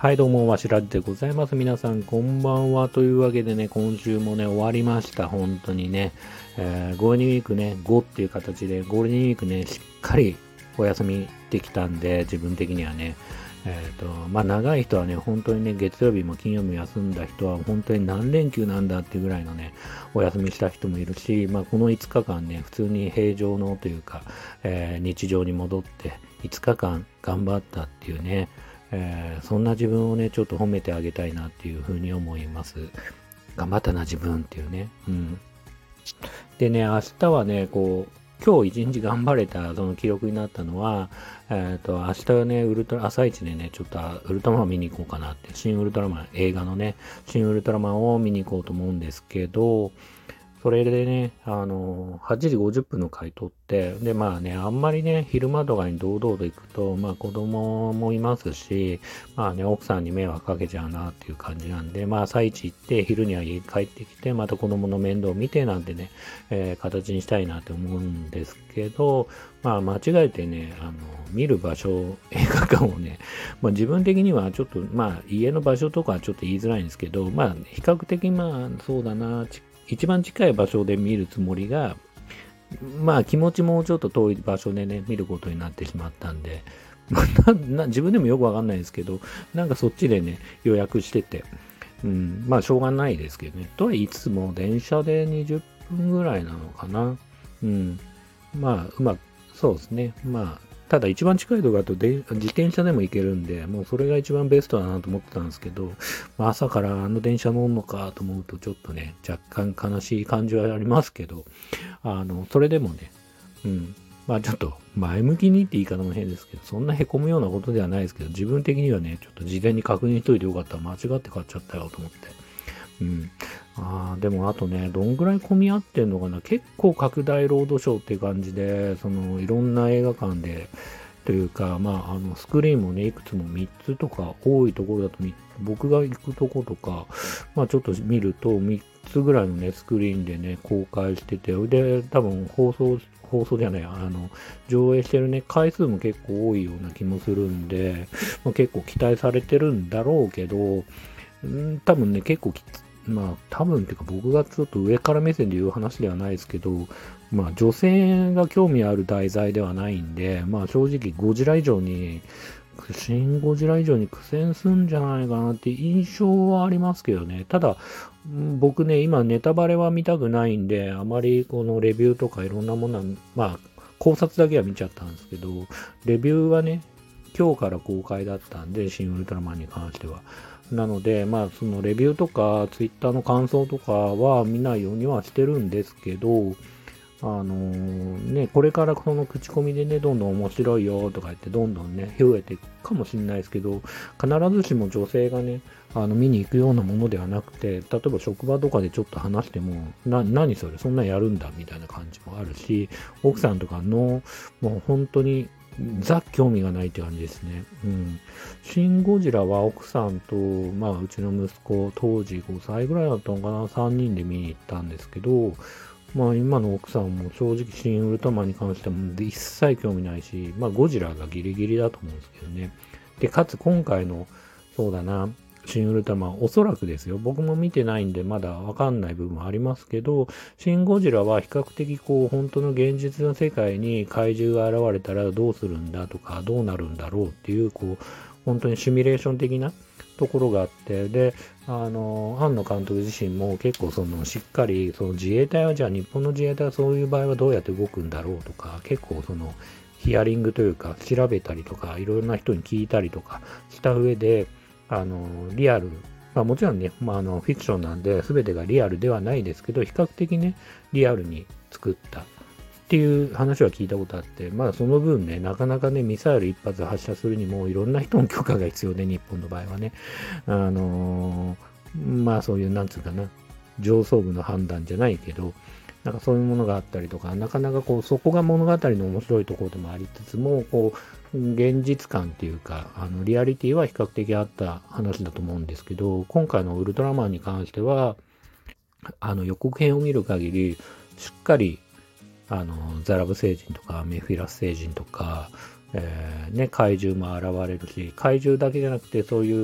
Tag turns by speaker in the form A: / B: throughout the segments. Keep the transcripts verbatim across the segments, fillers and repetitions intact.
A: はい、どうも、わしらじでございます。皆さん、こんばんは。というわけでね、今週もね、終わりました。本当にね。えーゴールデンウィークね、ごっていう形で、ゴールデンウィークね、しっかりお休みできたんで、自分的にはね。えっと、まあ、長い人はね、本当にね、月曜日も金曜日も休んだ人は、本当に何連休なんだっていうぐらいのね、お休みした人もいるし、まあ、このいつかかんね、普通に平常のというか、えー日常に戻って、いつかかん頑張ったっていうね、えーそんな自分をね、ちょっと褒めてあげたいなっていうふうに思います。頑張ったな、自分っていうね。うん。でね、明日はね、こう、今日一日頑張れたその記録になったのは、えっ、と、明日はね、ウルトラ、朝一でね、ちょっとウルトラマン見に行こうかなって、新ウルトラマン、映画のね、新ウルトラマンを見に行こうと思うんですけど、それでね、あの、はちじごじゅっぷんの回撮って、で、まあね、あんまりね、昼間とかに堂々と行くと、まあ子供もいますし、まあね、奥さんに迷惑かけちゃうなっていう感じなんで、まあ朝一行って、昼には家帰ってきて、また子供の面倒を見てなんてね、えー形にしたいなって思うんですけど、まあ間違えてね、あの、見る場所、映画館をね、まあ自分的にはちょっと、まあ家の場所とかはちょっと言いづらいんですけど、まあ比較的まあそうだな、一番近い場所で見るつもりが、まあ気持ちもちょっと遠い場所でね、見ることになってしまったんで、まあ、なな自分でもよくわかんないですけど、なんかそっちでね、予約してて、うん、まあしょうがないですけどね。とは言いつつも、電車でにじゅっぷんぐらいなのかな。うん。まあ、うまく、そうですね。まあ、ただ一番近いところだとで自転車でも行けるんで、もうそれが一番ベストだなと思ってたんですけど、まあ、朝からあの電車乗るのかと思うとちょっとね、若干悲しい感じはありますけど、あの、それでもね、うん。まあちょっと前向きにって言い方も変ですけど、そんな凹むようなことではないですけど、自分的にはね、ちょっと事前に確認しといてよかったら間違って買っちゃったよと思って。うん。ああ、でもあとね、どんぐらい混み合ってんのかな。結構拡大ロードショーっていう感じで、そのいろんな映画館で、というか、まあ、あの、スクリーンもね、いくつもみっつとか、多いところだとみ、僕が行くとことか、まあ、ちょっと見ると、みっつぐらいのね、スクリーンでね、公開してて、で、多分放送、放送じゃない、あの、上映してるね、回数も結構多いような気もするんで、まあ、結構期待されてるんだろうけど、ん多分ね、結構きつ、まあ、多分っていうか僕がちょっと上から目線で言う話ではないですけど、まあ、女性が興味ある題材ではないんで、まあ、正直ゴジラ以上に、シン・ゴジラ以上に苦戦すんじゃないかなって印象はありますけどね。ただ、ん僕ね、今ネタバレは見たくないんで、あまりこのレビューとかいろんなものは、まあ、考察だけは見ちゃったんですけど、レビューはね、今日から公開だったんで、シン・ウルトラマンに関しては。なので、まあ、そのレビューとか、ツイッターの感想とかは見ないようにはしてるんですけど、あのーね、これからその口コミでね、どんどん面白いよとか言って、どんどんね、増えていくかもしれないですけど、必ずしも女性がね、あの、見に行くようなものではなくて、例えば職場とかでちょっと話しても、な、何それ、そんなんやるんだ、みたいな感じもあるし、奥さんとかの、もう本当に、ザ興味がないって感じですね。うん。シン・ゴジラは奥さんと、まあ、うちの息子、当時ごさいぐらいだったのかな、さんにんで見に行ったんですけど、まあ今の奥さんも正直シン・ウルトラマンに関しては一切興味ないし、まあゴジラがギリギリだと思うんですけどね。で、かつ今回の、そうだな、シン・ウルトラマン、おそらくですよ。僕も見てないんでまだわかんない部分はありますけど、シン・ゴジラは比較的こう、本当の現実の世界に怪獣が現れたらどうするんだとか、どうなるんだろうっていう、こう、本当にシミュレーション的なところがあって、で、あの、庵野監督自身も結構その、しっかり、その自衛隊はじゃあ日本の自衛隊はそういう場合はどうやって動くんだろうとか、結構その、ヒアリングというか、調べたりとか、いろいろな人に聞いたりとかした上で、あの、リアル、まあもちろんね、まああの、フィクションなんで、全てがリアルではないですけど、比較的ね、リアルに作ったっていう話は聞いたことあって、まあその分ね、なかなかね、ミサイル一発発射するにもいろんな人の許可が必要で、日本の場合はね。あのーまあそういう、なんつうかな、上層部の判断じゃないけど、なんかそういうものがあったりとか、なかなかこう、そこが物語の面白いところでもありつつも、こう、現実感っていうか、あの、リアリティは比較的あった話だと思うんですけど、今回のウルトラマンに関しては、あの、予告編を見る限り、しっかりあの、ザラブ星人とかメフィラス星人とか、えーね、怪獣も現れるし、怪獣だけじゃなくて、そういう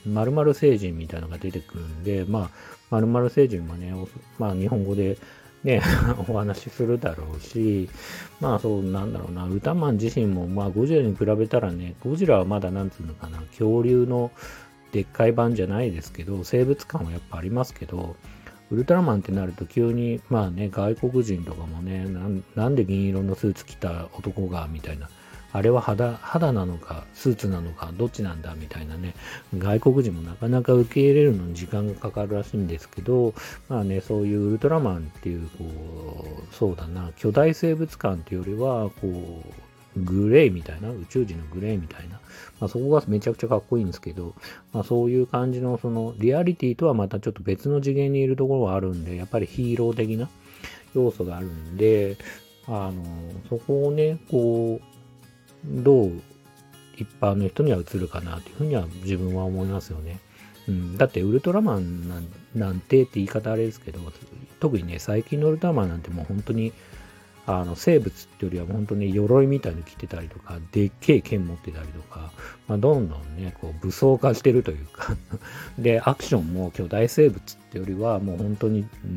A: 〇〇星人みたいなのが出てくるんで、まあ、〇〇星人もね、まあ、日本語でね、お話しするだろうし、まあ、そう、なんだろうな、ウルトラマン自身も、まあ、ゴジラに比べたらね、ゴジラはまだ、なんつうのかな、恐竜のでっかい版じゃないですけど、生物感はやっぱありますけど、ウルトラマンってなると急に、まあね、外国人とかもね、なん、なんで銀色のスーツ着た男が、みたいな。あれは肌、肌なのか、スーツなのか、どっちなんだ、みたいなね。外国人もなかなか受け入れるのに時間がかかるらしいんですけど、まあね、そういうウルトラマンっていう、こう、そうだな、巨大生物感っていうよりは、こう、グレーみたいな、宇宙人のグレーみたいな、まあ、そこがめちゃくちゃかっこいいんですけど、まあ、そういう感じの、その、リアリティとはまたちょっと別の次元にいるところはあるんで、やっぱりヒーロー的な要素があるんで、あの、そこをね、こう、どう一般の人には映るかなというふうには自分は思いますよね。うん、だってウルトラマンなん、なんてって言い方あれですけど、特にね、最近のウルトラマンなんてもう本当に、あの生物ってよりは本当に鎧みたいに着てたりとか、でっけえ剣持ってたりとか、まあ、どんどんね、こう武装化してるというかで、アクションも巨大生物ってよりはもう本当に、うん、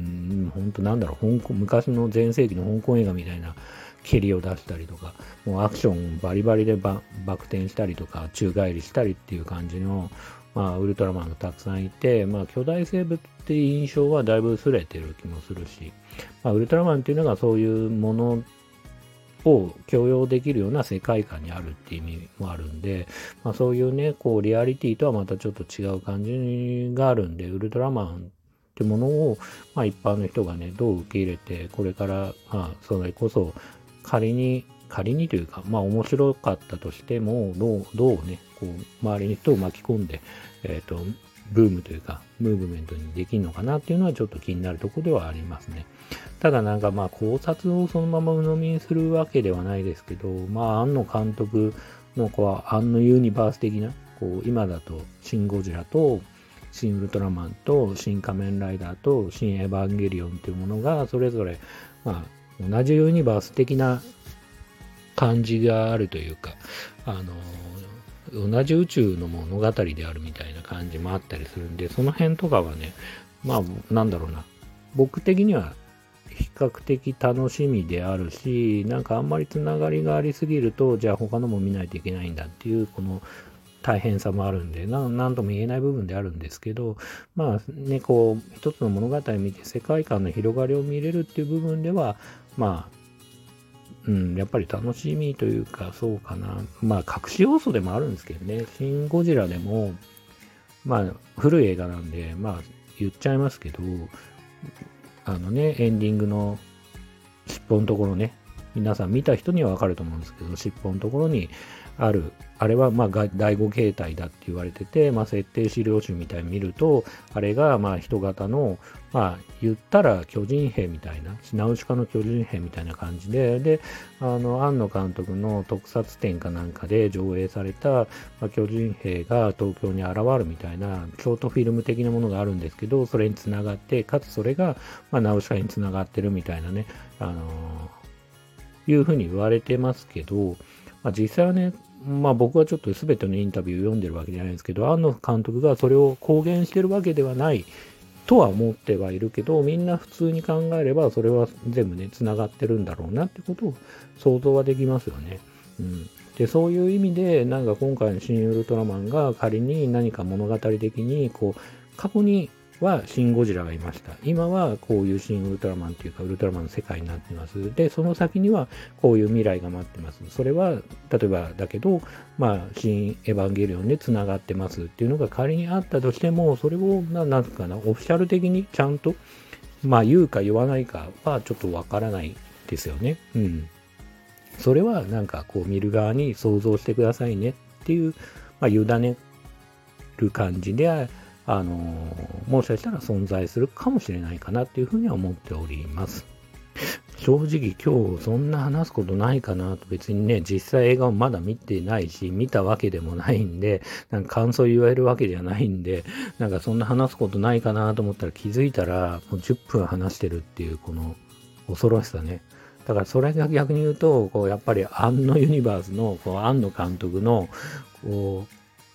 A: 本当なんだろう、香港、昔の全盛期の香港映画みたいな蹴りを出したりとか、もうアクションバリバリでババク転したりとか、宙返りしたりっていう感じの、まあ、ウルトラマンがたくさんいて、まあ、巨大生物っていう印象はだいぶ薄れてる気もするし、まあ、ウルトラマンっていうのがそういうものを許容できるような世界観にあるっていう意味もあるんで、まあ、そういうね、こう、リアリティとはまたちょっと違う感じがあるんで、ウルトラマンってものを、まあ、一般の人がね、どう受け入れて、これから、まあ、それこそ、仮に、仮にというか、まあ面白かったとしても、どう、どうね、こう、周りの人を巻き込んで、えっと、ブームというか、ムーブメントにできるのかなっていうのはちょっと気になるところではありますね。ただなんかまあ考察をそのまま鵜呑みにするわけではないですけど、まあ庵野監督のこう、庵野ユニバース的な、こう、今だと、シン・ゴジラと、シン・ウルトラマンと、シン・仮面ライダーと、シン・エヴァンゲリオンっていうものが、それぞれ、まあ、同じユニバース的な感じがあるというか、あの、同じ宇宙の物語であるみたいな感じもあったりするんで、その辺とかはね、まあ、なんだろうな、僕的には比較的楽しみであるし、なんかあんまりつながりがありすぎると、じゃあ他のも見ないといけないんだっていう、この大変さもあるんで、ななんとも言えない部分であるんですけど、まあね、こう、一つの物語を見て世界観の広がりを見れるっていう部分では、まあ、うん、やっぱり楽しみというか、そうかな。まあ、隠し要素でもあるんですけどね、シン・ゴジラでも、まあ、古い映画なんで、まあ、言っちゃいますけど、あのね、エンディングの尻尾のところね、皆さん見た人にはわかると思うんですけど、尻尾のところにある、あれはまあだいご形態だって言われてて、まあ設定資料集みたいに見ると、あれがまあ人型の、まあ言ったら巨人兵みたいな、ナウシカの巨人兵みたいな感じで、で、あの、庵野監督の特撮展かなんかで上映された、まあ、巨人兵が東京に現るみたいな、ショートフィルム的なものがあるんですけど、それにつながって、かつそれが、まあ、ナウシカにつながってるみたいなね、あのーいうふうに言われてますけど、まあ、実際はね、まあ僕はちょっと全てのインタビューを読んでるわけじゃないんですけど、庵野監督がそれを公言してるわけではないとは思ってはいるけど、みんな普通に考えればそれは全部ね、繋がってるんだろうなってことを想像はできますよね。うん。で、そういう意味で、なんか今回のシン・ウルトラマンが仮に何か物語的に、こう、過去にはシン・ゴジラがいました。今はこういうシン・ウルトラマンっていうか、ウルトラマンの世界になってます。で、その先にはこういう未来が待ってます。それは、例えばだけど、まあ、シン・エヴァンゲリオンで繋がってますっていうのが仮にあったとしても、それを、ななんかな、オフィシャル的にちゃんと、まあ、言うか言わないかはちょっとわからないですよね。うん。それはなんかこう見る側に想像してくださいねっていう、まあ、委ねる感じで、あのー、もしかしたら存在するかもしれないかなっていうふうには思っております。正直今日そんな話すことないかなと、別にね、実際映画をまだ見てないし、見たわけでもないんで、なんか感想言えるわけじゃないんで、なんかそんな話すことないかなと思ったら気づいたらもうじゅっぷん話してるっていうこの恐ろしさね。だからそれが逆に言うと、こうやっぱり庵野ユニバースのこう庵野監督のこう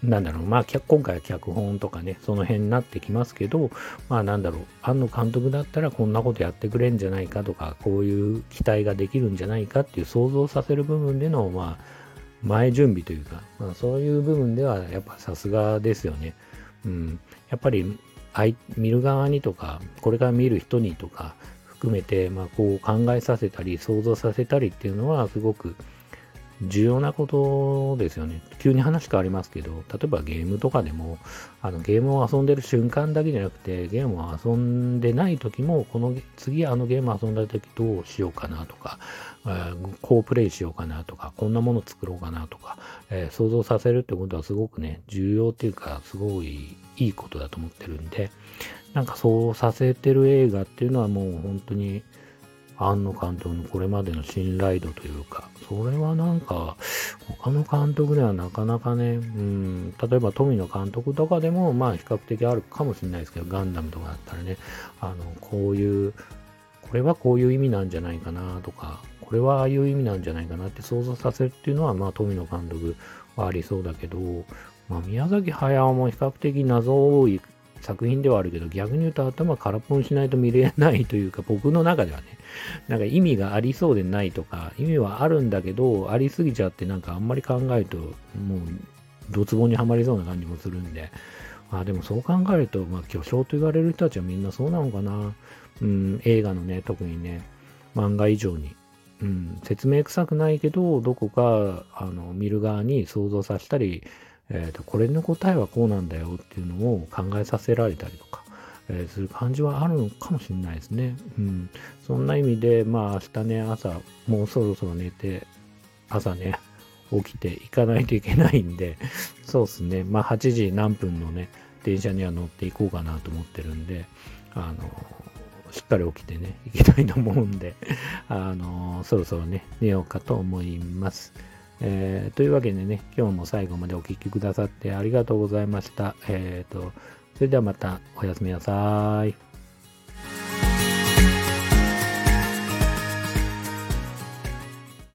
A: なんだろう、まあ、脚今回は脚本とかね、その辺になってきますけど、まあ、なんだろう、庵野監督だったらこんなことやってくれんじゃないかとか、こういう期待ができるんじゃないかっていう想像させる部分での、まあ、前準備というか、まあ、そういう部分ではやっぱさすがですよね。うん。やっぱり、あい見る側にとか、これから見る人にとか、含めて、まあ、こう考えさせたり、想像させたりっていうのは、すごく、重要なことですよね。急に話変わりますけど、例えばゲームとかでも、あのゲームを遊んでる瞬間だけじゃなくて、ゲームを遊んでない時も、この次あのゲームを遊んだ時どうしようかなとか、えーこうプレイしようかなとか、こんなもの作ろうかなとか、えー想像させるってことはすごくね、重要っていうか、すごいいいことだと思ってるんで、なんかそうさせてる映画っていうのはもう本当に、庵野監督のこれまでの信頼度というか、それはなんか、他の監督ではなかなかね、うん、例えば富野監督とかでも、まあ比較的あるかもしれないですけど、ガンダムとかだったらね、あの、こういう、これはこういう意味なんじゃないかなとか、これはああいう意味なんじゃないかなって想像させるっていうのは、まあ富野監督はありそうだけど、まあ宮崎駿も比較的謎多い作品ではあるけど、逆に言うと頭空っぽにしないと見れないというか、僕の中ではね、なんか意味がありそうでないとか、意味はあるんだけど、ありすぎちゃってなんかあんまり考えると、もう、ドツボにはまりそうな感じもするんで、あでもそう考えると、まあ巨匠と言われる人たちはみんなそうなのかな。うん、映画のね、特にね、漫画以上に。うん、説明臭くないけど、どこか、あの、見る側に想像させたり、えっと、これの答えはこうなんだよっていうのを考えさせられたりとか、えーする感じはあるのかもしれないですね。うん。そんな意味で、まあ明日ね、朝、もうそろそろ寝て、朝ね、起きていかないといけないんで、そうですね。まあはちじ何分のね、電車には乗っていこうかなと思ってるんで、あの、しっかり起きてね、行きたいと思うんで、あの、そろそろね、寝ようかと思います。えーというわけでね、今日も最後までお聞きくださってありがとうございました。えーと、それではまたおやすみなさい。